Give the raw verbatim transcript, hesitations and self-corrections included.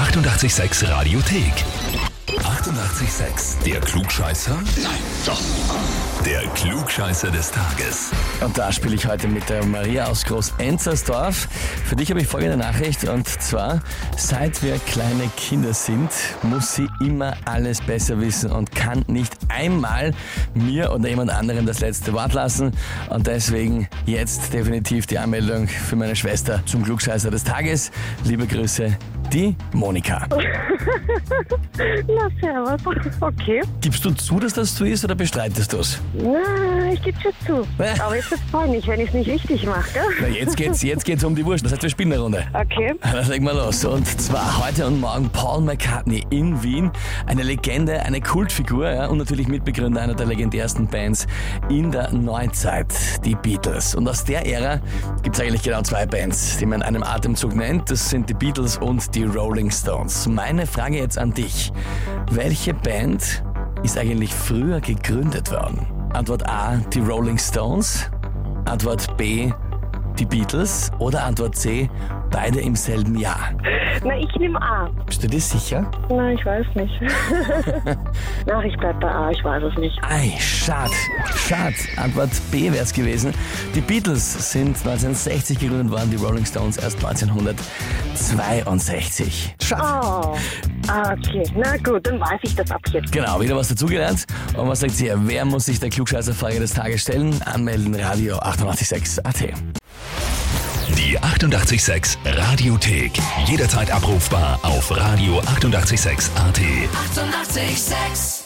achtundachtzig Komma sechs Radiothek. achtundachtzig Komma sechs. Der Klugscheißer? Nein, doch. Der Klugscheißer des Tages. Und da spiele ich heute mit der Maria aus Groß-Enzersdorf. Für dich habe ich folgende Nachricht, und zwar: Seit wir kleine Kinder sind, muss sie immer alles besser wissen und kann nicht einmal mir oder jemand anderem das letzte Wort lassen. Und deswegen jetzt definitiv die Anmeldung für meine Schwester zum Klugscheißer des Tages. Liebe Grüße, die Monika. Na, servus. Okay. Gibst du zu, dass das so ist, oder bestreitest du es? Na, ich gebe schon zu. Aber ist das peinlich, wenn ich es nicht richtig mache, gell? Na, jetzt geht's, jetzt geht's um die Wurst. Das heißt, wir spielen eine Runde. Okay. Dann legen wir los. Und zwar heute und morgen Paul McCartney in Wien. Eine Legende, eine Kultfigur, ja, und natürlich Mitbegründer einer der legendärsten Bands in der Neuzeit, die Beatles. Und aus der Ära gibt es eigentlich genau zwei Bands, die man in einem Atemzug nennt. Das sind die Beatles und die Rolling Stones. Meine Frage jetzt an dich: Welche Band ist eigentlich früher gegründet worden? Antwort A, die Rolling Stones. Antwort B, die Beatles. Oder Antwort C, beide im selben Jahr. Na, ich nehme A. Bist du dir sicher? Na, ich weiß nicht. Ach, ich bleib bei A, ich weiß es nicht. Ei, schade. Schade. Antwort B wäre es gewesen. Die Beatles sind neunzehnhundertsechzig gegründet worden, die Rolling Stones erst neunzehnhundertzweiundsechzig. Schade. Oh, ah, okay. Na gut, dann weiß ich das ab jetzt. Genau, wieder was dazugelernt. Und was sagt ihr? Wer muss sich der Klugscheißer-Frage des Tages stellen? Anmelden, Radio achtundachtzig Komma sechs A T. Die achtundachtzig Komma sechs Radiothek. Jederzeit abrufbar auf Radio achtundachtzig Komma sechs A T. achtundachtzig Komma sechs